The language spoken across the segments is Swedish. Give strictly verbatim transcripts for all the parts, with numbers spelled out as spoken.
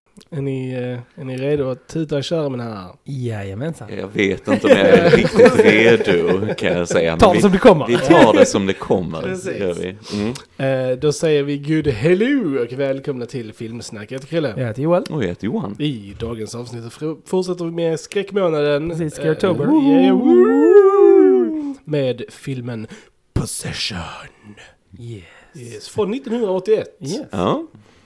Är ni, är ni redo att tuta och köra med den här? Jajamensan. Jag vet inte om jag är riktigt redo, kan jag säga. Ta det som det kommer. Vi tar det som det kommer. Precis. Gör vi. Mm. Eh, då säger vi good hello och välkomna till Filmsnack. Jag heter Krille. Jag heter Joel. Och jag heter Johan. I dagens avsnitt fortsätter vi med skräckmånaden. Precis, Scaretober. Eh, yeah, woo! Med filmen Possession. Yes. Yes, från nittonhundraåttioett. Yes. Ja.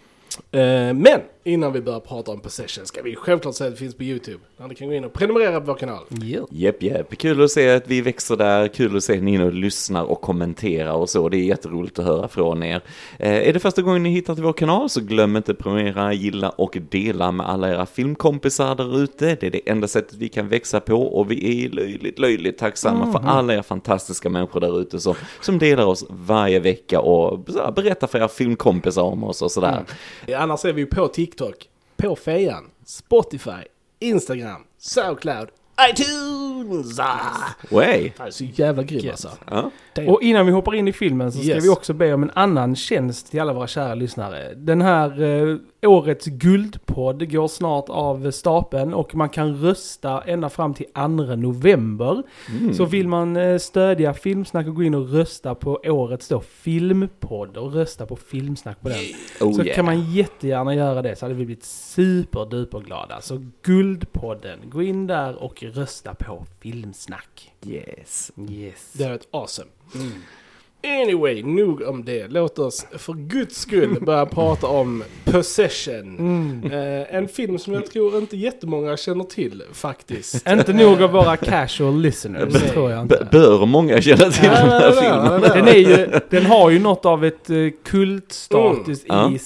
Eh, men innan vi börjar prata om Possession ska vi självklart säga att det finns på YouTube. Där ni kan gå in och prenumerera på vår kanal. Yeah. Jepp, jepp. Kul att se att vi växer där. Kul att se att ni och lyssnar och kommenterar och så. Det är jätteroligt att höra från er. Eh, är det första gången ni hittar till vår kanal så glöm inte att prenumerera, gilla och dela med alla era filmkompisar där ute. Det är det enda sättet vi kan växa på och vi är löjligt, löjligt tacksamma mm. för alla er fantastiska människor där ute som, som delar oss varje vecka och berättar för era filmkompisar om oss och sådär. Mm. Annars är vi på TikTok, på Fejan, Spotify, Instagram, Soundcloud, iTunes. Ah. Way. Det är så jävla grym alltså. Ja. Och innan vi hoppar in i filmen så ska Yes. vi också be om en annan tjänst till alla våra kära lyssnare. Den här eh, årets guldpodd går snart av stapeln och man kan rösta ända fram till andra november. Mm. Så vill man eh, stödja Filmsnack och gå in och rösta på årets då filmpodd och rösta på Filmsnack på den. Oh, så yeah. kan man jättegärna göra det, så hade vi blivit superduperglada. Så guldpodden, gå in där och rösta på Filmsnack. Yes. Yes. Det är ett awesome. Mm. Anyway, nog om det. Låt oss för guds skull börja prata om Possession. Mm. Eh, en film som jag tror inte jättemånga känner till faktiskt. Inte nog av våra casual listeners, det tror jag inte. B- bör många känna till Ja, den här ja, filmen? ja, ja. Den, är ju, den har ju något av ett uh, kultstatus Mm. i Ja.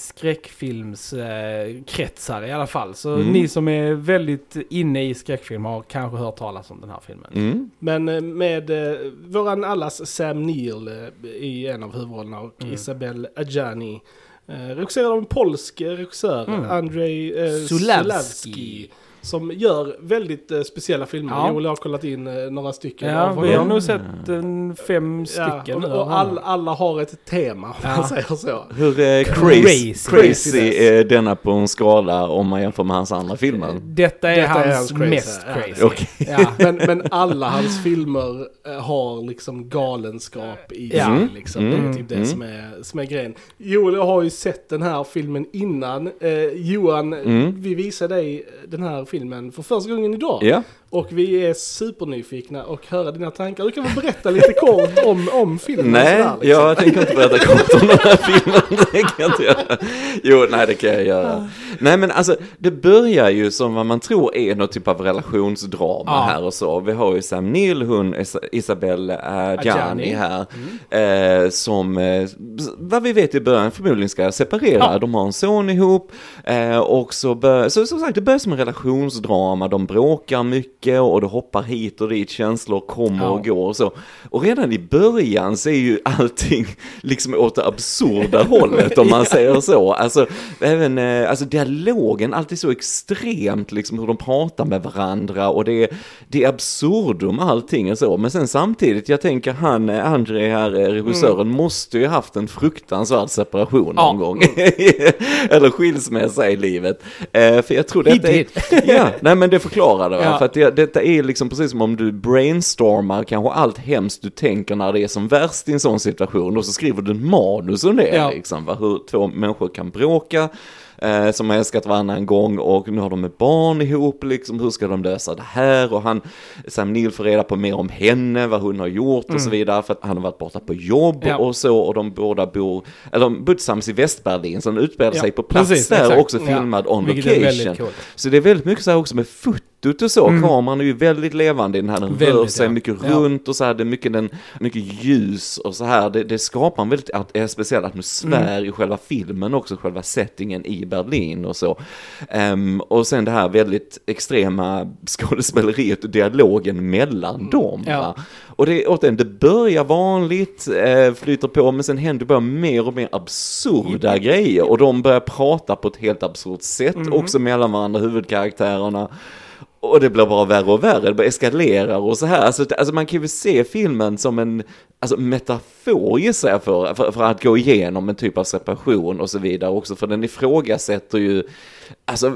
skräckfilmskretsar uh, i alla fall. Så Mm. ni som är väldigt inne i skräckfilm har kanske hört talas om den här filmen. Mm. Men eh, med eh, våran allas Sam Neill eh, i en av huvudrollerna och Mm. Isabelle Adjani. Eh, regisserad av en polsk regissör, Mm. Andrzej eh, Sulawski. Sulawski. Som gör väldigt eh, speciella filmer. Ja. Joel har kollat in eh, några stycken. Ja, av vi har honom. nog sett en fem stycken Ja, nu. och, och all, alla har ett tema, om Ja. man säger så. Hur eh, Crazy. crazy, crazy Craziness. är denna på en skala om man jämför med hans andra filmer? Detta är Detta är hans hans crazy. mest Ja, crazy. Okej. Ja. Men, men alla hans filmer eh, har liksom galenskap i Ja. sig. Mm. Liksom. Det Mm. är typ det Mm. som, är, som är grejen. Joel, jag har ju sett den här filmen innan. Eh, Johan, Mm. vi visade dig den här filmen för första gången idag. Ja. Och vi är supernyfikna och höra dina tankar. Du kan väl berätta lite kort om, om filmen? Nej, sådär, liksom. jag tänker inte berätta kort om den här filmen. Det kan jag inte göra. Jo, nej, det kan jag göra. Nej, men alltså, det börjar ju som vad man tror är något typ av relationsdrama Ja. här och så. Vi har ju Sam Neill, hon Is- Isabelle Adjani Adjani. här. Eh, som, eh, vad vi vet i början, förmodligen ska separera. Ja. De har en son ihop. Eh, och så, bör, så som sagt, det börjar som en relationsdrama. De bråkar mycket och det hoppar hit och dit. Känslor kommer Ja. och går och så. Och redan i början så är ju allting liksom åt det absurda hållet, om man säger så. Alltså, även eh, alltså dialogen, alltid så extremt liksom hur de pratar med varandra och det är, det är absurdum allting och så. Men sen samtidigt, jag tänker han, eh, Andrzej här, eh, regissören, mm. måste ju haft en fruktansvärd separation Ja. någon gång. Eller skilsmässa i livet. Eh, för jag tror det är... Ja, nej men det förklarar det. Va? Ja. För att det, detta är liksom precis som om du brainstormar kanske allt hemskt du tänker när det är som värst i en sån situation och så skriver du en manus om det, Ja. liksom, va? Hur två människor kan bråka eh, som har älskat varandra en gång och nu har de ett barn ihop, liksom, hur ska de lösa det här? Och han, Sam Neill får reda på mer om henne, vad hon har gjort och Mm. så vidare, för att han har varit borta på jobb Ja. och så, och de båda bor, eller de bor tillsammans i Västberlin, så de utspelar Ja, sig på plats precis, där, exakt. också filmad on Vilket är location. väldigt coolt. Så det är väldigt mycket så här också med fotot och så. Mm. Kameran är ju väldigt levande i den här. Den rör Väldigt, sig ja. mycket Ja. runt och så här. Det är mycket, den, mycket ljus och så här. Det, det skapar en väldigt at- eh, speciell atmosfär Mm. i själva filmen också. Själva settingen i Berlin och så. Um, och sen det här väldigt extrema skådespeleriet och dialogen mellan dem. Ja. Va? Och det, återigen, det börjar vanligt, eh, flyter på, men sen händer bara mer och mer absurda Mm. grejer. Och de börjar prata på ett helt absurt sätt Mm. också mellan varandra, huvudkaraktärerna. Och det blir bara värre och värre, det bara eskalerar och så här. Alltså, alltså man kan ju se filmen som en, alltså metafor gissar jag för, för, för att gå igenom en typ av separation och så vidare också, för den ifrågasätter ju alltså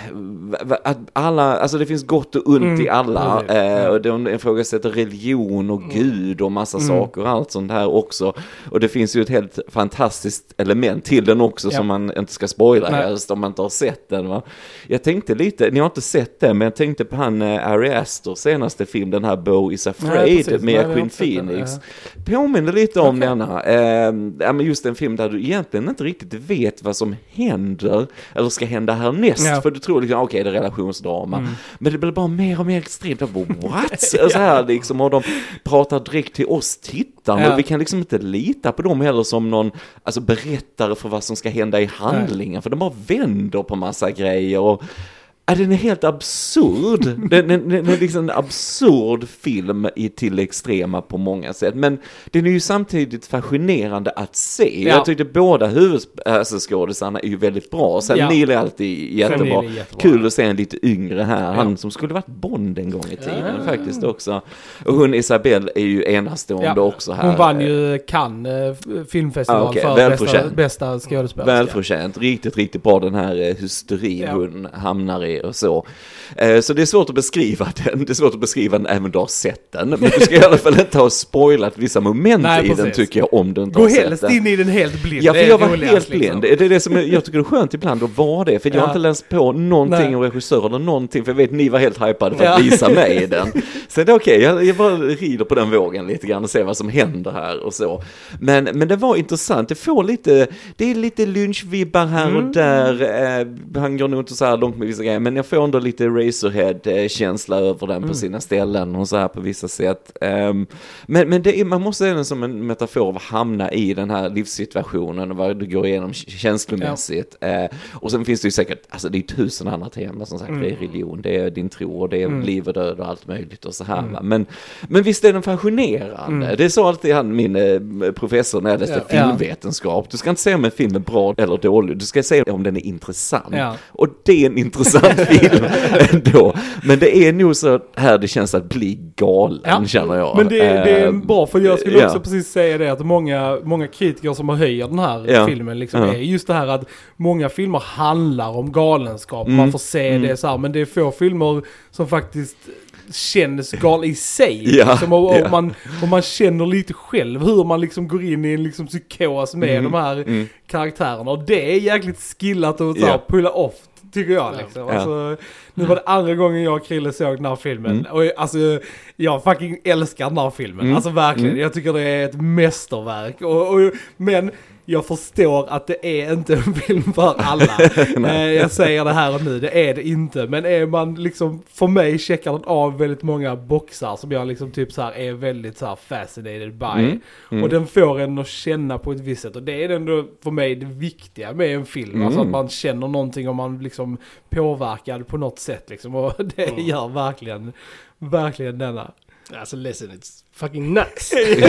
att alla, alltså det finns gott och ont mm. i alla mm. eh, och de ifrågasätter religion och mm. Gud och massa mm. saker och allt sånt här också, och det finns ju ett helt fantastiskt element till den också ja. Som man inte ska spoila helst om man inte har sett den, va? Jag tänkte lite, ni har inte sett den, men jag tänkte på han eh, Ari Aster senaste film, den här Beau is Afraid Nej, med Nej, Queen Phoenix ja. Påminner lite om okay. denna eh, äh, just en film där du egentligen inte riktigt vet vad som händer eller ska hända härnäst, ja. För du tror liksom, okej, okay, det är relationsdrama, mm. men det blir bara mer och mer extremt, what? Så här liksom, och de pratar direkt till oss tittarna, ja. Och vi kan liksom inte lita på dem heller som någon, alltså berättare för vad som ska hända i handlingen, ja. För de bara vänder på massa grejer och ja, den är helt absurd. Den, den, den är liksom en absurd film i till extrema på många sätt. Men den är ju samtidigt fascinerande att se. Ja. Jag tyckte båda huvudskådisarna är ju väldigt bra. Sen ja. Neil är alltid jättebra. Är jättebra. Kul att se en lite yngre här. Ja. Han som skulle varit Bond en gång i tiden ja. Faktiskt också. Och hon Isabelle är ju enastående ja. Också här. Hon vann ju Cannes filmfestival ah, okay. för bästa, bästa skådespelare. Välförtjänt. Riktigt, riktigt bra den här hysterin ja. Hon hamnar i och så. Eh, så det är svårt att beskriva den. Det är svårt att beskriva den även om du har sett den. Men du ska i alla fall inte ha spoilat vissa moment Nej, i den, tycker jag, om du inte Gå har sett den. Gå helst in i den helt blind. Ja, för jag var helt blind. Liksom. Det är det som jag tycker är skönt ibland att vara det. För ja. Jag har inte läst på någonting Nej. Om regissör eller någonting. För jag vet, ni var helt hypade för att ja. Visa mig den. Så det är okej. Okay. Jag, jag bara rider på den vågen lite grann och ser vad som händer här och så. Men, men det var intressant. Det får lite, det är lite lynchvibbar här mm. och där. Eh, han går nog inte så här långt med vissa grejer. Men jag får ändå lite Razorhead-känsla över den på mm. sina ställen och så här på vissa sätt. Um, men men det är, man måste se den som en metafor av att hamna i den här livssituationen och vad du går igenom känslomässigt. Ja. Uh, och sen finns det ju säkert, alltså det är tusen andra teman som sagt, mm. det är religion, det är din tro och det är mm. liv och död och allt möjligt och så här. Mm. Men, men visst är den fascinerande. Mm. Det sa alltid han, min eh, professor när jag läste ja. Filmvetenskap. Du ska inte säga om en film är bra eller dålig, du ska säga om den är intressant. Ja. Och det är en intressant film ändå. Men det är nog så här det känns att bli galen, ja. Känner jag. Men det, det är bra, för jag skulle också ja. Precis säga det, att många, många kritiker som har höjt den här ja. Filmen liksom ja. Är just det här att många filmer handlar om galenskap. Mm. Man får se mm. det så här, men det är få filmer som faktiskt känns gal i sig. Ja, liksom, och, och, ja. man, och man känner lite själv hur man liksom går in i en liksom psykos med mm. de här mm. karaktärerna. Och det är jäkligt skillat att ja. Pulla off, tycker jag. Liksom. Ja. Alltså, nu var det andra gången jag och Krille såg den här filmen. Mm. Och alltså, jag fucking älskar den här filmen. Mm. Alltså verkligen. Mm. Jag tycker det är ett mästerverk. Och, och, men jag förstår att det är inte en film för alla. Jag säger det här och nu, det är det inte. Men är man liksom, för mig checkar den av väldigt många boxar som jag liksom typ så här är väldigt så här fascinated by. Mm. Mm. Och den får en att känna på ett visst sätt. Och det är ändå för mig det viktiga med en film. Mm. Alltså att man känner någonting och man liksom påverkad på något sätt liksom. Och det mm. gör verkligen, verkligen denna. Alltså listen, it's fucking nuts.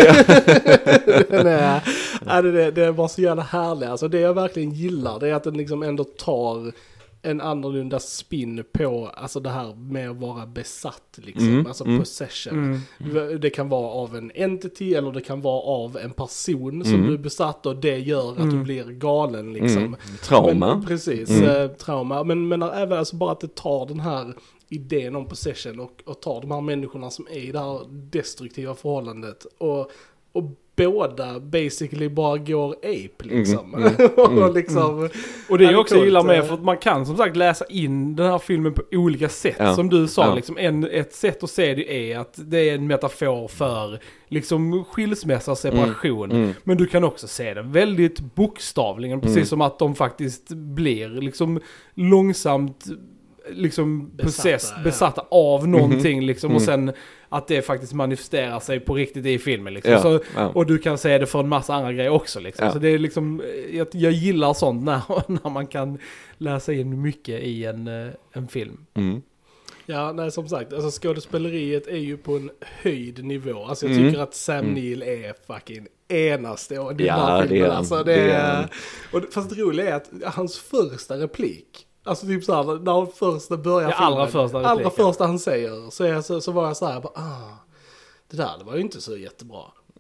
den är, ja, det, det är bara så jävla härligt. Alltså det jag verkligen gillar, det är att den liksom ändå tar en annorlunda spin på alltså det här med att vara besatt liksom, mm, alltså mm, possession. Mm. Det kan vara av en entity eller det kan vara av en person som mm. du är besatt, och det gör att mm. du blir galen liksom. Mm. Trauma. Men, precis, mm. eh, trauma. Men, men även alltså bara att det tar den här idén om possession och, och tar de här människorna som är i det här destruktiva förhållandet och, och båda basically bara går ape liksom. Mm, mm, mm, och, liksom mm. och det är också jag gillar med, för att man kan som sagt läsa in den här filmen på olika sätt. Ja. Som du sa, ja. Liksom, en, ett sätt att se det är att det är en metafor för liksom skilsmässa och separation. Mm, mm. Men du kan också se den väldigt bokstavligen, precis mm. som att de faktiskt blir liksom långsamt liksom besatta, besatta ja. Av någonting mm-hmm. liksom, och sen att det faktiskt manifesterar sig på riktigt i filmen liksom. Ja, så, ja. Och du kan säga det för en massa andra grejer också liksom. Ja. Så det är liksom, jag, jag gillar sånt när, när man kan läsa in mycket i en, en film. Mm. Ja, nej, som sagt, alltså skådespeleriet är ju på en höjd nivå. Alltså jag tycker mm. att Sam mm. Neill är fucking enastående. Ja, det är alltså, det är, och fast det roliga är att hans första replik, alltså typ såhär, när han första börjar ja, allra första repliken. Allra första han säger, så, är, så, så var jag såhär, bara, ah, det där det var ju inte så jättebra.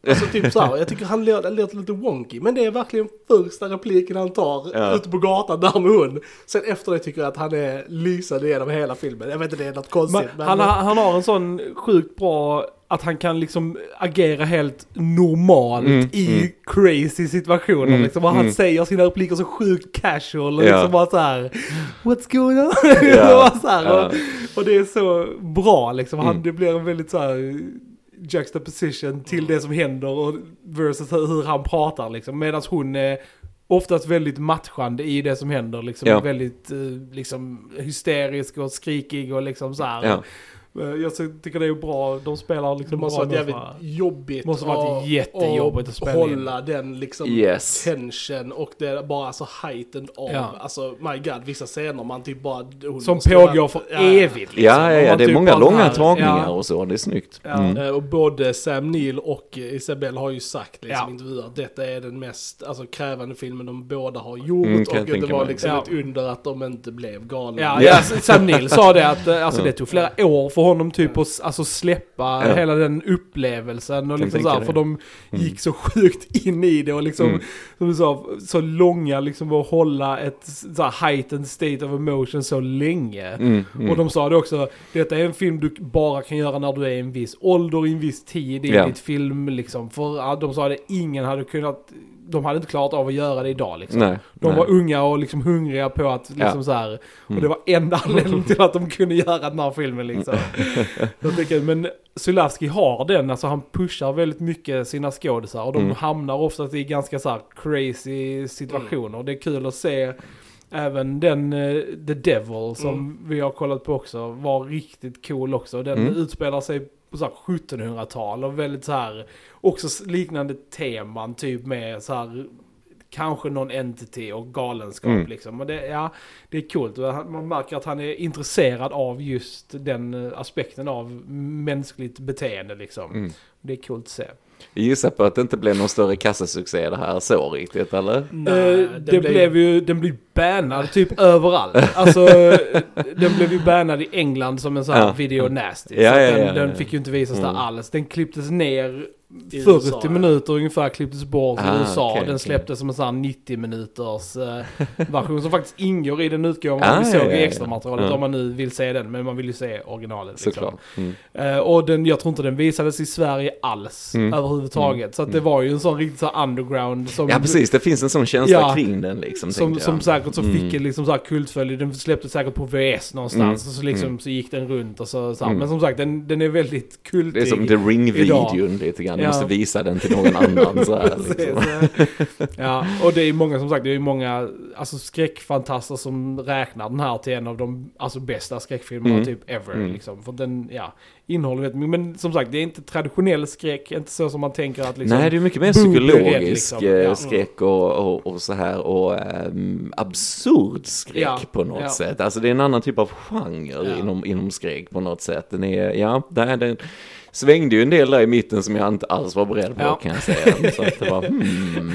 Alltså typ så här, jag tycker han låter, låter lite wonky, men det är verkligen första repliken han tar ja. ute på gatan där med hon. Sen efter det tycker jag att han är lysande genom hela filmen. Jag vet inte, det är något konstigt. Men, men... Han, han har en sån sjukt bra, att han kan liksom agera helt normalt mm, i mm. crazy situationer. Mm, liksom, och han mm. säger sina repliker så sjukt casual och ja. liksom bara så här, what's going on? Ja. och, så här, ja. och, och det är så bra liksom. Han, mm. Det blir en väldigt så här juxtaposition till det som händer och versus hur han pratar liksom. Medan hon är oftast väldigt matchande i det som händer liksom. Ja. Väldigt liksom hysterisk och skrikig och liksom så här. Ja. Jag tycker det är bra. De spelar liksom det måste bra. Vara jävligt jobbigt. Det måste vara jättejobbigt att spela hålla in. Den liksom yes. tension och det är bara så heightened av. Ja. Alltså, my god, vissa scener man typ bara... Som pågår för ja. evigt. Liksom. Ja, ja, ja det är typ många långa här, tagningar ja. och så. Det är snyggt. Ja. Mm. Och både Sam Neill och Isabelle har ju sagt liksom, ja. intervjuer att detta är den mest alltså, krävande filmen de båda har gjort. Mm, och det var liksom ja. ett under att de inte blev galna. Ja, ja. Sam Neill sa det att alltså, det tog flera år för honom typ att alltså, släppa ja. hela den upplevelsen och liksom så här, för de gick mm. så sjukt in i det och liksom mm. som du sa, så långa liksom att hålla ett så här, heightened state of emotion så länge. Mm. Mm. Och de sa det också, detta är en film du bara kan göra när du är i en viss ålder, i en viss tid i ja. ditt film liksom, för de sa det, ingen hade kunnat de hade inte klarat av att göra det idag liksom. Nej, de nej. var unga och liksom hungriga på att liksom ja. så här, och mm. det var enda anledningen till att de kunde göra den här filmen liksom. Jag tycker, men Zulawski har den, alltså han pushar väldigt mycket sina skådisar och de mm. hamnar ofta i ganska så här crazy situationer. Mm. Det är kul att se. Även den uh, The Devil som mm. vi har kollat på också var riktigt cool också. Den mm. utspelar sig på så här sjuttonhundratal och väldigt så här också liknande teman typ med så här kanske någon entity och galenskap mm. liksom. Och det, ja, det är coolt. Man märker att han är intresserad av just den aspekten av mänskligt beteende liksom. Mm. Det är coolt att se. Jag gissar på att det inte blev någon större kassasuccé det här så riktigt, eller? Nej, uh, det blev... blev ju, den blev bannad typ överallt. Alltså, den blev ju bannad i England som en sån här ja. video nasty. Ja, så ja, den, ja, ja, den fick ju inte visas mm. där alls. Den klipptes ner fyrtio U S A, minuter ja. ungefär, klipptes bort i ah, U S A. Okay, den släpptes okay. som en sån här nittio minuters uh, version som faktiskt ingår i den utgåvan ah, vi såg ja, ja, i extra materialet ja. om man nu vill se den, men man vill ju se originalet. Liksom. Mm. Uh, och den, jag tror inte den visades i Sverige alls mm. överhuvudtaget. Mm. Så att det var ju en sån riktigt så underground som, ja precis, det finns en sån känsla ja, kring den liksom, som, som säkert så mm. fick en liksom så här kultföljd. Den släpptes säkert på V S någonstans mm. och så liksom mm. så gick den runt och så, så mm. men som sagt den, den är väldigt kultig. Det är som The Ring-videon lite grann. Du ja. måste visa den till någon annan så här, liksom. Ja, och det är många som sagt, det är många alltså skräckfantaster som räknar den här till en av de alltså bästa skräckfilmerna mm. typ ever mm. liksom, för den ja innehåller vet men som sagt det är inte traditionell skräck, inte så som man tänker att liksom, nej, det är mycket mer psykologisk liksom. ja. skräck och, och, och så här och um, absurd skräck ja. på något ja. sätt. Alltså det är en annan typ av genre ja. inom, inom skräck på något sätt. Den är, ja, där är den svängde ju en del där i mitten som jag inte alls var beredd på ja. kan jag säga. Så att det var, hmm,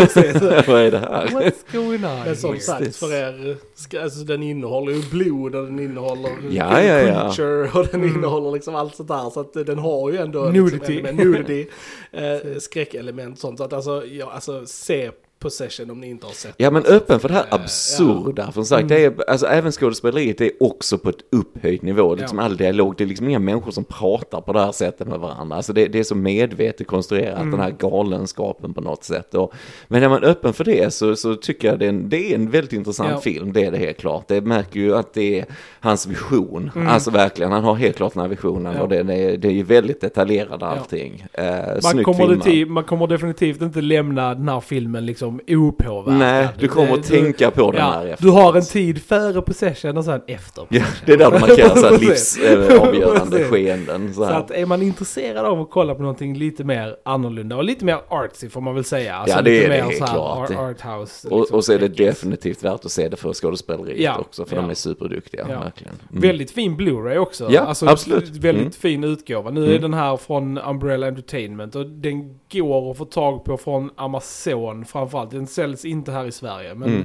vad är det här? What's going on? Men som sagt, för er, alltså, den innehåller ju blod och den innehåller ja, ja, ja. culture och den mm. innehåller liksom allt sånt där. Så att den har ju ändå nudity, liksom, nudity eh, skräckelement sånt. Så att alltså, ja, alltså se Possession om ni inte har sett. Ja, men öppen för det här absurda. Ja. För sagt, mm. det är, alltså, även skådespeleriet är också på ett upphöjt nivå. Liksom ja. all dialog. Det är liksom inga människor som pratar på det här sättet med varandra. Alltså, det, det är så medvetet konstruerat, mm. den här galenskapen på något sätt. Och, men när man är öppen för det så, så tycker jag det är, en, det är en väldigt intressant ja. film. Det är det helt klart. Det märker ju att det är hans vision. Mm. Alltså verkligen, han har helt klart den här visionen. Ja. Och det, det, är, det är ju väldigt detaljerad allting. Ja. Eh, man, kommer till, man kommer definitivt inte lämna den här filmen liksom opåverkad. Nej, du kommer att tänka på den ja, här efter. Du har en tid före Possession och sen efter ja, det är där man markerar så här livsavgörande skeenden. Så, så att är man intresserad av att kolla på någonting lite mer annorlunda och lite mer artsy får man väl säga. Alltså ja, det lite är mer det, så här klart. Art, arthouse. Och, liksom, och så är det definitivt värt att se det för skådespeleriet ja, också, för ja. de är superduktiga, ja. verkligen. Mm. Väldigt fin Blu-ray också. Ja, alltså, absolut. Väldigt mm. fin utgåva. Nu mm. är den här från Umbrella Entertainment och den går att få tag på från Amazon framförallt. Den säljs inte här i Sverige, men mm.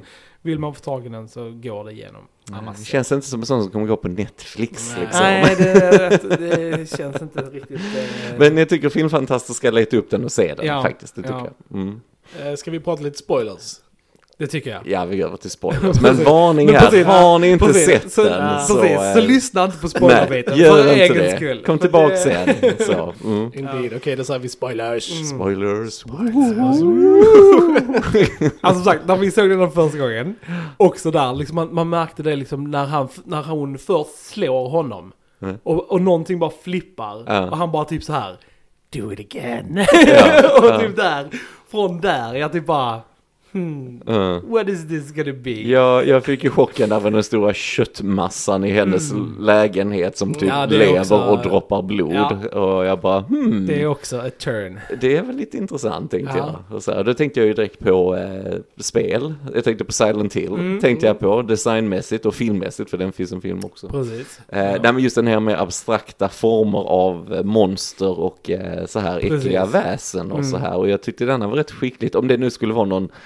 vill man få tag i den så går det igenom. Mm. Det känns inte som en sån som kommer gå på Netflix. Nej, liksom. Nej det, det känns inte riktigt... Eh... Men jag tycker Filmfantastisk ska leta upp den och se den, ja, faktiskt. Det tycker ja. jag. Mm. Eh, ska vi prata lite spoilers? Det tycker jag. Ja, vi går över till spoilers. Men varning här, precis, har ni inte precis, sett så, den ja, så... Precis, så äh, lyssna inte på spoilerbiten. Gör för inte egen det. Skull. Kom För tillbaka det... sen. Så, mm. Indeed, okej okay, då säger vi spoilers. Mm. Spoilers. Spoilers. Alltså sagt, när vi såg den den första gången, också där, liksom, man, man märkte det liksom när, han, när hon först slår honom. Mm. Och, och någonting bara flippar. Ja. Och han bara typ så här, do it again. Ja, och typ ja. där, från där, jag typ bara... Hmm. Uh. What is this gonna be? Ja, jag fick ju chocken av den stora köttmassan i hennes mm. lägenhet som typ ja, lever också, och droppar blod. Ja. Och jag bara, hmm. Det är också a turn. Det är väl lite intressant, tänkte ja. jag. Och så här, då tänkte jag ju direkt på eh, spel. Jag tänkte på Silent Hill. Mm. Tänkte jag på designmässigt och filmmässigt, för den finns en film också. Precis. Eh, ja. Nej, men just den här med abstrakta former av monster och eh, så här äckliga Precis. väsen och mm. så här. Och jag tyckte denna var rätt skickligt. Om det nu skulle vara någon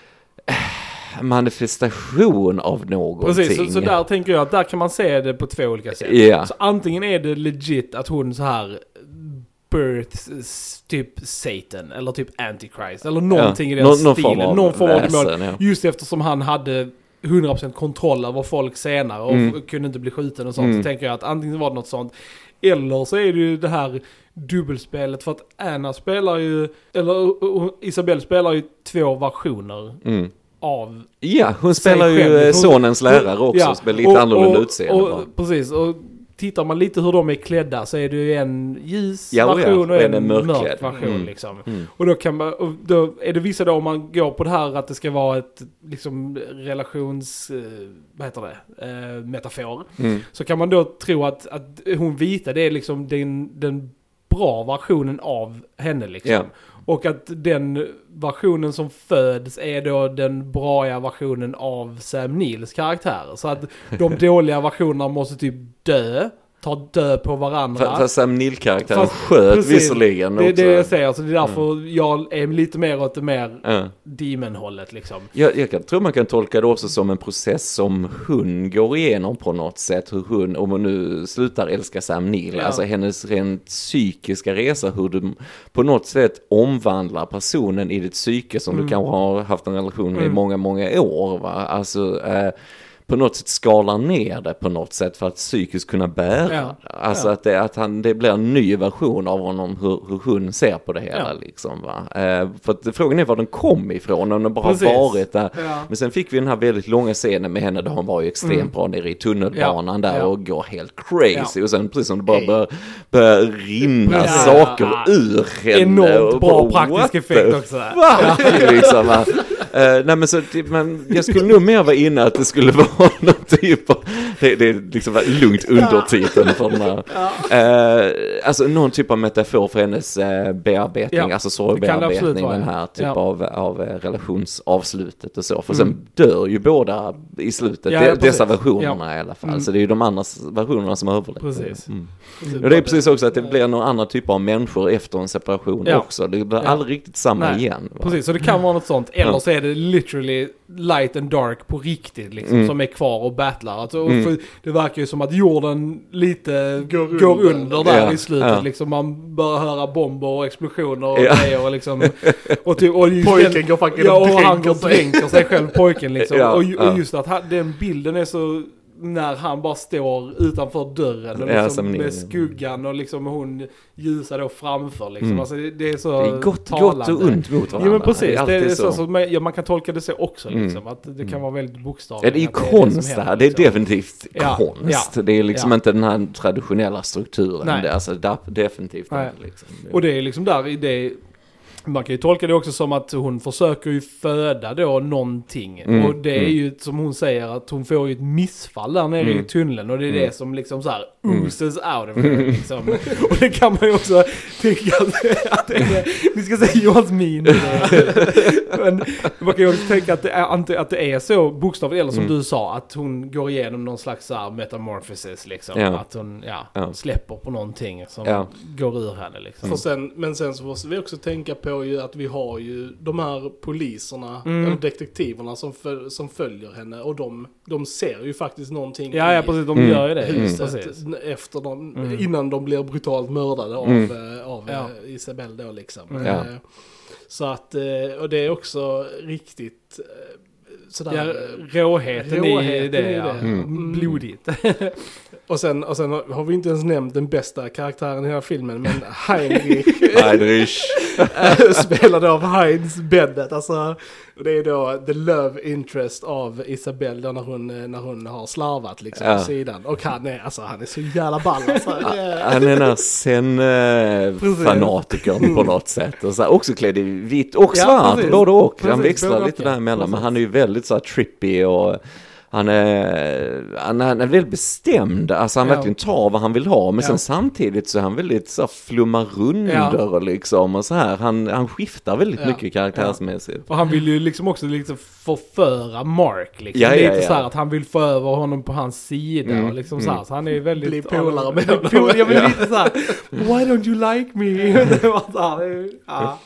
manifestation av någonting. Precis, så, så där tänker jag att där kan man se det på två olika sätt. Yeah. Så antingen är det legit att hon så här births typ Satan eller typ Antichrist eller någonting ja. i den Nå- stilen. Någon, någon form av väsen, ja. Just eftersom han hade hundra procent kontroll över folk senare och mm. kunde inte bli skjuten och sånt. Mm. Så tänker jag att antingen var det något sånt. Eller så är det ju det här dubbelspelet, för att Anna spelar ju, eller Isabelle spelar ju två versioner mm. av Ja, hon spelar ju själv. Sonens lärare också, ja, spelar lite och, annorlunda och, utseende. Och, och, precis, och tittar man lite hur de är klädda så är det ju en ljus ja, version ja, och en, en mörk mörk version mm. liksom. Mm. Och då kan man, och då är det vissa då om man går på det här att det ska vara ett liksom relations, vad heter det, eh, metafor. Mm. Så kan man då tro att, att hon vita det är liksom den, den bra versionen av henne liksom. Ja. Och att den versionen som föds är då den bra versionen av Sam Neils karaktär. Så att de dåliga versionerna måste typ dö, ta dö på varandra. För, för Sam Neill-karaktären sköt precis, visserligen det, också. Det jag säger, så det är därför mm. jag är lite mer åt det mer mm. demon-hållet liksom. Jag, jag kan, tror man kan tolka det också som en process som hon går igenom på något sätt. Hur hon, om hon nu slutar älska Sam Neill, ja. alltså hennes rent psykiska resa, hur du på något sätt omvandlar personen i ditt psyke som mm. du kanske har haft en relation med mm. i många, många år. Va? Alltså... Eh, på något sätt skalar ner det på något sätt för att psykiskt kunna bära. Ja, alltså ja. att, det, att han, det blir en ny version av honom, hur, hur hon ser på det hela. Ja. Liksom, va? Eh, för att frågan är var den kom ifrån, om den bara Precis. har varit där. Ja. Men sen fick vi den här väldigt långa scenen med henne där hon var ju extremt mm. bra nere i tunnelbanan ja. där ja. och går helt crazy. Ja. Och sen precis som det bara börjar, börjar rinna ja. saker ja. ur henne. Enormt och bra bara, praktisk effekt också. Ja. liksom, va? Uh, nej men så, men jag skulle nog mer vara inne att det skulle vara någon typ av, det, det är liksom lugnt undertiteln för den här, ja. uh, alltså någon typ av metafor för hennes uh, bearbetning, ja. alltså sorgbearbetning, den här typ ja. av, av uh, relationsavslutet och så, för mm. sen dör ju båda i slutet, ja, ja, de, dessa versionerna ja. i alla fall, mm. så det är ju de andra versionerna som överlever. Precis. Mm. Och det är precis också att det blir någon annan typ av människor efter en separation ja. också, det blir ja. aldrig riktigt samma Nej. igen. Va? Precis, så det kan vara något sånt, eller ja. så är det literally light and dark på riktigt liksom, mm. som är kvar och battlar. Alltså, mm. för det verkar ju som att jorden lite går, går under, under där ja. i slutet. Ja. Liksom, man börjar höra bomber och explosioner och ja. grejer. Och, liksom, och, typ, och pojken den, går faktiskt ja, och han går och dränker sig själv, pojken. Liksom. Ja. Och, och just att han, den bilden är så... när han bara står utanför dörren och liksom ja, med skuggan och liksom hon ljusar då framför liksom. Mm. Alltså det, det är så det är gott, talande. Gott och ont mot varandra. Ja men precis, det är, det är så, så. så man, ja, man kan tolka det så också liksom, mm. att det kan vara väldigt bokstavligt. Ja, det är ju konst det här, det är liksom. definitivt ja. konst. Ja. Det är liksom ja. inte den här traditionella strukturen. Nej. Det är alltså definitivt Nej. det, liksom. Och det är liksom där i det. Man kan ju tolka det också som att hon försöker ju föda då någonting. Mm, och det är mm. ju som hon säger att hon får ju ett missfall där nere mm. i tunneln. Och det är mm. det som liksom så här oozes mm. out of her. Liksom. Och det kan man ju också tycka att, att det är, ni ska säga Johans min. Men man kan ju också tänka att det är, att det är så bokstavligt, eller som mm. du sa, att hon går igenom någon slags så här metamorphosis liksom. Ja. Att hon ja, ja. släpper på någonting som ja. går ur henne liksom. För sen, men sen så måste vi också tänka på då ju att vi har ju de här poliserna, Mm. eller detektiverna som, föl- som följer henne och de, de ser ju faktiskt någonting Ja, ja, precis. De Mm. gör ju det. huset Precis. efter de, Mm. innan de blir brutalt mördade av, Mm. eh, av Ja. eh, Isabelle då liksom. Mm. Eh, Ja. Så att, eh, och det är också riktigt eh, sådär... Ja, eh, råheten, i råheten det, i ja. det. Mm. Blodigt. Och sen, och sen har vi inte ens nämnt den bästa karaktären i hela filmen, men Heinrich Heinrich. spelad av Heinz Bennett. Alltså, det är då the love interest av Isabelle då när hon, när hon har slarvat liksom Ja. på sidan. Och han är, alltså, han är så jävla ball. Alltså, det är... Han är den här sen-fanatikern på något sätt. Och så här, också klädd i vitt och Ja, svart, precis. både och. Han Precis, växlar både och, lite ja. däremellan, men Precis. han är ju väldigt så här trippy och han är, han är, han är väldigt bestämd. Alltså han Ja. verkligen tar vad han vill ha, men Ja. sen samtidigt så är han väldigt så här flummar runder Ja. liksom och så här. Han, han skiftar väldigt Ja. mycket karaktärsmässigt. Och han vill ju liksom också liksom förföra Mark liksom. Ja, ja, Lite ja. så här att han vill få över honom på hans sida Mm, och liksom så här. Så han är ju väldigt... Bli polare med Bli honom. pol- Jag vill Ja. lite så här. Why don't you like me? Det var så här, det är- ja.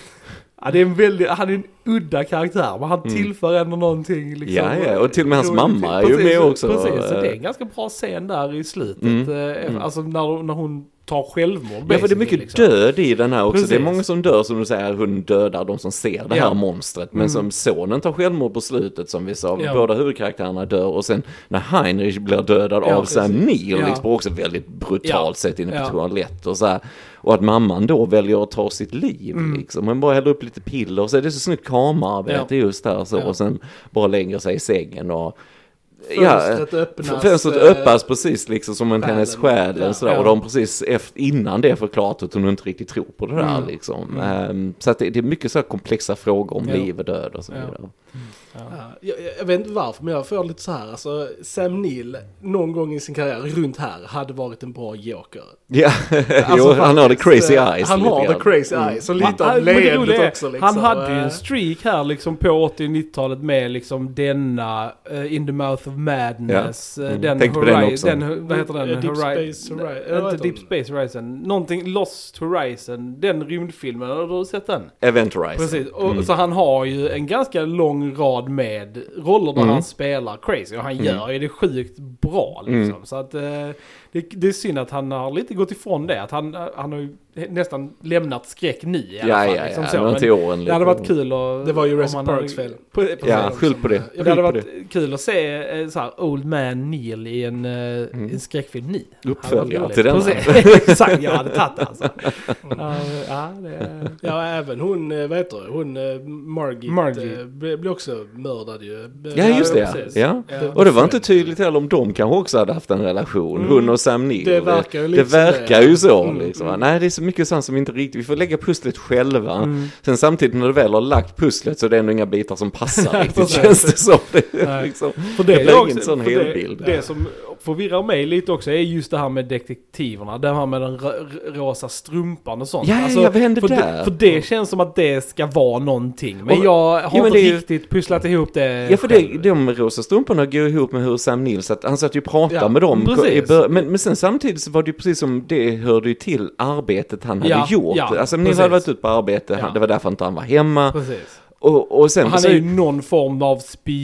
Ja, det är en väldigt, han är en udda karaktär, men han tillför ändå någonting liksom. Ja, ja, och till och med hans roligt mamma till. är ju Precis, med också. Precis, så det är en ganska bra scen där i slutet. Mm, eh, mm. Alltså när, när hon tar självmord. Ja, för det är basically, mycket liksom. död i den här också. Precis. Det är många som dör, som du säger, hon dödar de som ser det här Ja. monstret. Men Mm. som sonen tar självmord på slutet, som vi sa, Ja. båda huvudkaraktärerna dör. Och sen när Heinrich blir dödad Ja, av Sam precis. Neill, Ja. liksom, på också väldigt brutalt Ja. sätt inne på Ja. toalett och så här. Och att mamman då väljer att ta sitt liv, Mm. liksom. Man bara häller upp lite piller och så är det så snyggt kamerarbete just där så. Ja. Och sen bara lägger sig i sängen och... Fönstret öppnas. Fönstret eh, öppnas precis liksom som en själen. hennes själ Ja. sådär, Ja. och de precis efter, innan det förklarat att hon inte riktigt tror på det där Mm. liksom. Ehm, så att det, det är mycket så här komplexa frågor om Ja. liv och död och så Ja. vidare. Ja. Ja, jag, jag vet inte varför, men jag får lite så här. Alltså, Sam Neill, någon gång i sin karriär runt här, hade varit en bra joker. Ja, Alltså, jo, han har the faktiskt, crazy eh, eyes. Han lite har the grann. crazy Mm. eyes, och lite Han- av men det roliga leendet är, också. Liksom. Han hade ju Eh, en streak här liksom på åttio- och nittiotalet med liksom denna uh, In the Mouth of Madness. Ja. eh, Mm. Den, Tänkte på den Hori- också. den, vad heter den? Eh, Deep Hori- Space Hori- Nej, jag vet Inte Deep inte. Space Horizon. Någonting Lost Horizon. Den rymdfilmen, har du sett den? Event Horizon. Precis, och, Mm. så han har ju en ganska lång rad med roller där Mm. han spelar crazy och han Mm. gör ju det sjukt bra liksom. Mm. Så att eh, det, det är synd att han har lite gått ifrån det, att han, han har ju nästan lämnat skräck nu i alla Ja, fall. ja, liksom ja. så. Det var Men till åren det hade lite. varit kul och, Det var ju om Jurassic han hade- Parks fel. På, precis. Ja, skyll på det. Och det Skyll hade på varit kul att se eh, så här Old Man Neil i en, eh, en skräckfilm ni. Uppföljare till denna. Exakt, jag hade tagit det alltså. Ja, ja, det, Ja, även hon, eh, vad heter det? Hon, eh, Margit, Margit. eh, blev blev också mördad ju. Ja, just det. precis. Ja. Ja. Och det var inte tydligt heller om de kanske också hade haft en relation. Mm. Hon och Sam Neill. Det verkar ju det lite som verkar det. ju så Mm, liksom. mm. Nej, det är så mycket sånt som inte riktigt, vi får lägga pusslet själva. Mm. Sen samtidigt när du väl har lagt pusslet så är det ändå inga bitar som passar riktigt, precis. känns det som. Det, Nej. liksom. För det, Det är blir också, ingen sån för helbild. det, det som förvirrar mig lite också är just det här med detektiverna. Det här med den rö- rosa strumpan och sånt. Ja, ja, ja, vad hände för där? Det, för det känns som att det ska vara någonting. Men Och- jag har ja, men inte det är ju- riktigt pusslat ihop det Ja, för själv. det, de rosa strumporna går ihop med hur Sam Neill satt, han satt ju och pratade Ja, med dem. precis. I bör- men, men sen samtidigt så var det ju precis som det hörde ju till arbetet han hade Ja, gjort. ja, alltså Neill precis. hade varit ute på arbete, Ja. han, det var därför inte han var hemma. Precis. Och, och sen Och han så- är ju någon form av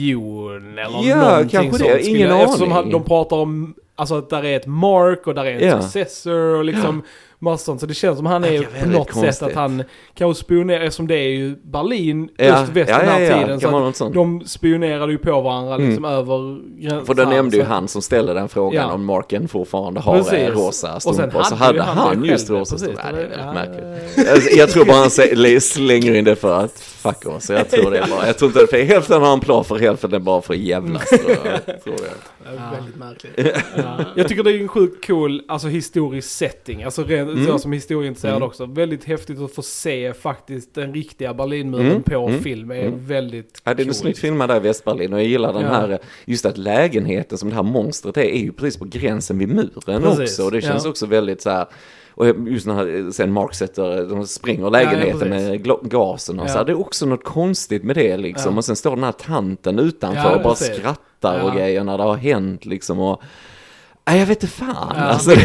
spion eller Ja, någonting kanske sånt. det. skulle Ingen jag- Eftersom aning. han, de pratar om alltså, att där är ett Mark och där är en Ja. successor och liksom massa sånt. Så det känns som han är Ja, på väldigt något konstigt. sätt att han kanske spionerar, eftersom det är ju Berlin, Ja, öst, väst ja, den här ja, ja. tiden. Kan vara Så något att sånt. de spionerade ju på varandra liksom över gränsen. För då nämnde ju så- han som ställde den frågan Ja. om Marken fortfarande har Precis. eh, rosa Och sen strumpor. Så hade hade ju han han det just själv, rosa precis. strumpor. Nej, det är Ja, väldigt ja, märkligt. Alltså, jag tror bara han sä- slänger in det för att fuck oss. Jag tror det är bara. Jag tror inte det är hälften har han plan för, hälften är bara för att jävlas. Så jag tror det. Det är väldigt märkligt. Ja. Jag tycker det är en sjukt cool alltså, historisk setting. Alltså rent Mm. jag som historieintresserad Mm. också. Väldigt häftigt att få se faktiskt den riktiga Berlinmuren Mm. på Mm. film. är Mm. väldigt Ja, det är coolt. snyggt filmat där i Västberlin och jag gillar den Ja. här, just att lägenheten som det här monstret är, är ju precis på gränsen vid muren Precis, också. Och det känns ja. också väldigt så här, och just när sen Mark sätter, de spränger lägenheten Ja, ja, med gla- gasen och Ja. så här, det är också något konstigt med det liksom. Ja. Och sen står den här tanten utanför Ja, och bara precis. skrattar och Ja. grejer när det har hänt liksom och, nej jag vet inte fan Ja. alltså. Det,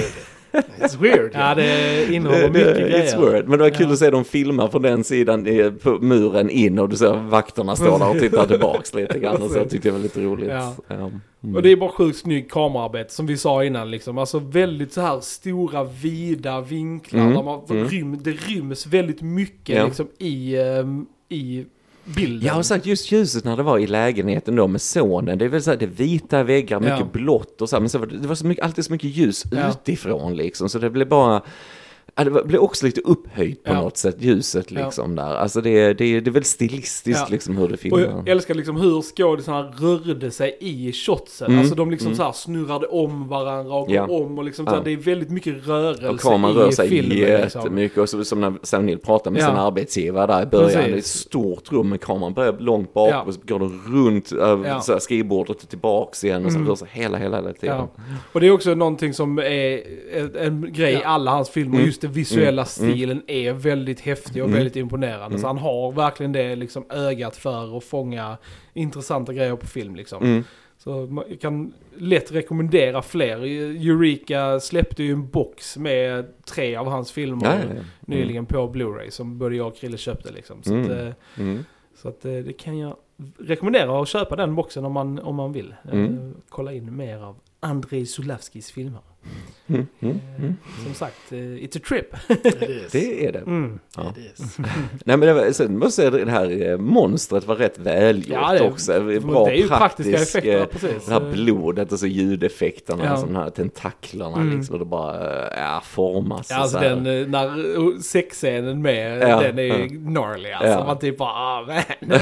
It's weird. Ja, det innehåller mycket grejer. It's weird. Men det var kul ja. att se dem filma från den sidan på muren in och du ser vakterna står där och tittar tillbaks lite grann och så tyckte jag var lite roligt. Ja. Ja. Mm. Och det är bara sjukt snygg kamerarbete som vi sa innan liksom. Alltså väldigt så här stora, vida vinklar mm. där man mm. rym, det ryms väldigt mycket ja. liksom i, um, i bilden. Jag har sagt just ljuset när det var i lägenheten då med sonen. Det är väl så här, det vita väggar, mycket ja. blått och så här, men så var det, det var så mycket, alltid så mycket ljus ja. utifrån liksom. Så det blev bara... Ja, det blev också lite upphöjt på ja. något sätt, ljuset liksom ja. där. Alltså det, det, det är väl stilistiskt ja. liksom hur det filmar. Och jag älskar liksom hur skådisarna rörde sig i shotsen. Mm. Alltså de liksom mm. så här snurrade om varandra och ja. om och liksom ja. så här, det är väldigt mycket rörelse och kameran rör sig i filmen. Jättemycket liksom. Och så, som när Sam Neill pratar med ja. sin arbetsgivare där i början. Precis. Det är ett stort rum med kameran börjar långt bak ja. och så går det runt ja. så här, skrivbordet och tillbaks igen och så mm. rör sig hela, hela, hela tiden. Ja. Och det är också någonting som är en grej ja. i alla hans filmer, mm. just det visuella mm. stilen är väldigt häftig och mm. väldigt imponerande. Mm. Så han har verkligen det liksom ögat för att fånga intressanta grejer på film liksom. Mm. Så jag kan lätt rekommendera fler. Eureka släppte ju en box med tre av hans filmer ja, ja, ja. Mm. nyligen på Blu-ray som både jag och Krille köpte liksom. Så, mm. att, mm. så att det kan jag rekommendera att köpa den boxen om man, om man vill. Mm. Kolla in mer av Andrei Zulawskis filmer. Mm, mm, mm. Som sagt, it's a trip. Det är det. Mm. Ja. Nej, men det var, sen måste jag säga det här monstret var rätt välgjort ja, det, också. Bra det är ju praktisk, praktiska effekter, precis. Det här blodet och så ljudeffekterna, ja. de här tentaklarna mm. liksom, och det bara ja, formas. Ja, alltså den, när sexscenen med, ja, den är ja. gnarly. Alltså ja. man typ bara, ah, man.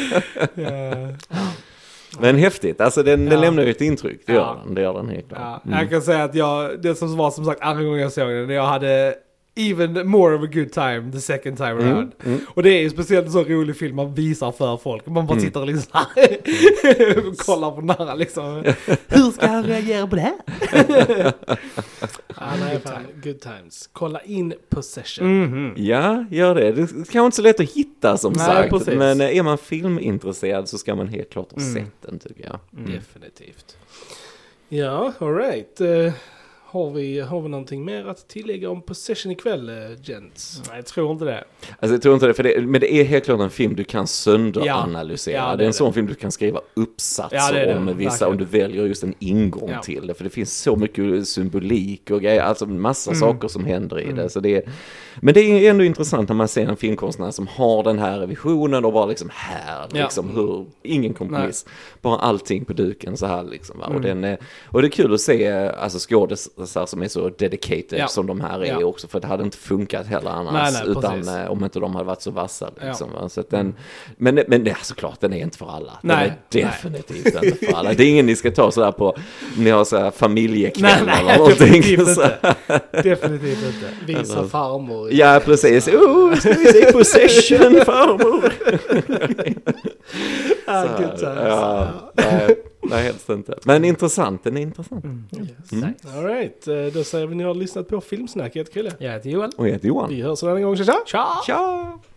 ja. Men häftigt, alltså den, ja. den lämnar ju ett intryck, det gör ja. den, det gör den helt klart. Ja. Mm. Jag kan säga att jag, det som var som sagt andra gången jag såg den, jag hade even more of a good time the second time around. Mm. Mm. Och det är ju speciellt en så rolig film man visar för folk. Man bara mm. sitter och liksom och kollar på nära liksom. Hur ska han reagera på det här? Ja, nej, fan, good times. Kolla in Possession. Mm-hmm. Ja, gör det. Det är kanske inte så lätt att hitta som nej, sagt. Precis. Men är man filmintresserad så ska man helt klart ha mm. sett den tycker jag. Mm. Definitivt. Ja, all right. Uh, Har vi, har vi någonting mer att tillägga om Possession ikväll, gents? Nej, jag tror inte det. Alltså jag tror inte det, för det, men det är helt klart en film du kan sönderanalysera. Ja. Ja, det, det är en sån det. film du kan skriva uppsatser ja, det det. om vissa, verkligen. Om du väljer just en ingång ja. till det. För det finns så mycket symbolik och grejer, alltså massa mm. saker som händer i mm. det. Så det är, men det är ändå intressant när man ser en filmkonstnär som har den här visionen och bara liksom här, ja. liksom hur, ingen kompromiss. Nej. Bara allting på duken så här liksom. Va? Mm. Och, den är, och det är kul att se alltså skådespelare som är så dedicated ja. som de här är ja. också, för det hade inte funkat heller annars nej, nej, utan eh, om inte de hade varit så vassa liksom, ja. så att den, men, men det är såklart, den är inte för alla den nej, är definitivt nej. inte för alla, det är ingen ni ska ta sådär på ni har såhär familjekväll nej, eller någonting definitivt inte definitivt inte visa farmor ja precis, oh, ska vi se Possession farmor ah, good times. Ja, nej, nej, helst inte. Men intressant, den är intressant. Mm. Yes. Mm. All right, då säger vi att ni har lyssnat på Filmsnack. Jag heter Krille. Jag heter Johan. Och jag heter Johan. Vi hörs en annan gång. Tja! Tja! Tja!